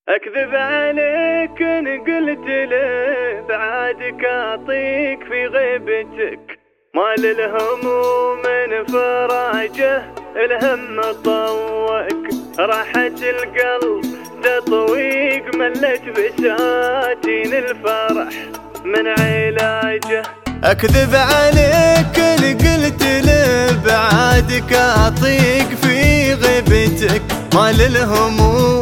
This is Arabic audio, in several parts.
أكذب عليك إن قلت له بعادك أعطيك في غيبتك، ما للهموم من فراجه الهم طوق، راحة القلب تطويق ملت بساتين الفرح من علاجه. أكذب عليك إن قلت له بعادك أعطيك في غيبتك، ما للهموم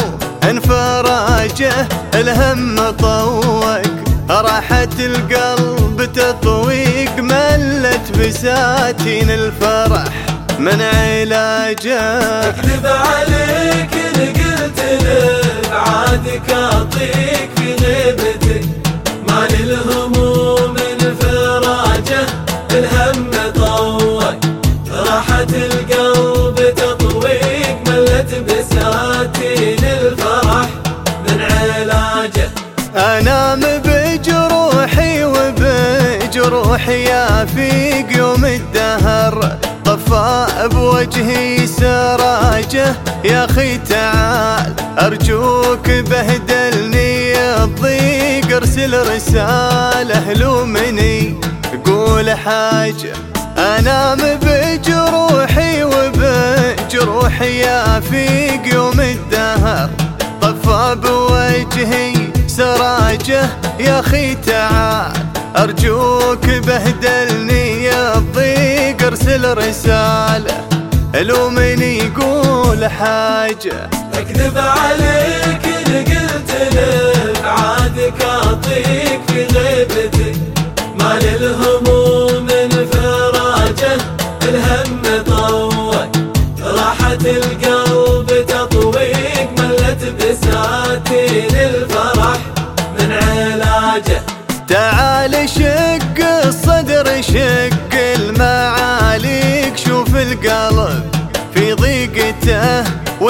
انفراجه الهم طوق، راحة القلب تطويق ملت بساتين الفرح من علاجه. أكذب عليك إن قلت له بعادك أعطيك في غيبتك، ما للهموم انفراجه الهم طوق، راحة القلب تطويق ملت بساتين الفرح من علاجه. أنام بجروحي وبجروحي يافيق يوم الدهر، طفاء بوجهي سراجه، يا أخي تعال أرجوك بهدلني الضيق، ارسل رسالة لومني قول حاجة. أنام بجروحي وبجروحي يافيق يوم الدهر، طفى بوجهي سراجه، يا أخي تعال أرجوك بهدلني الضيق، ارسل رسالة لومني قول حاجة. أكذب عليك إن قلت له بعادك أعطيك في غيبتك، ما للهموم انفراجه الهم طوق، راحة القلب تطويق ملت بساتين الفرح من علاجه. تعال شق الصدر شق المعاليك، شوف القلب في ضيقته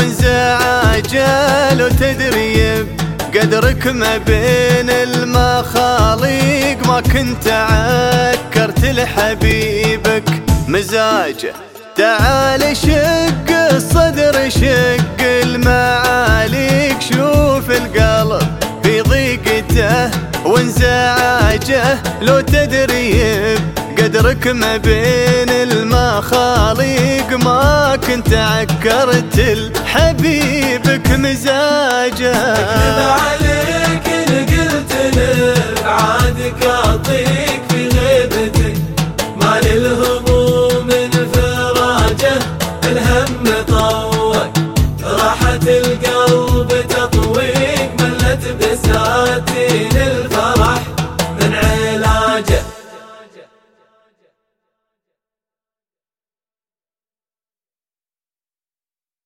وانزعاجه، لو تدري قدرك ما بين المخاليق، ما كنت عكرت لحبيبك مزاجه. تعال شق الصدر شق المعاليك، شوف القلب في ضيقته وانزعاجه، لو تدري قدرك ما بين المخاليق، ما كنت عكرت لحبيبك مزاجه. أكذب عليك إن قلت له بعادك أعطيك في غيبتك، ما للهموم انفراجه الهم طوق، راحة القلب تطويق ملت بساتين الفرح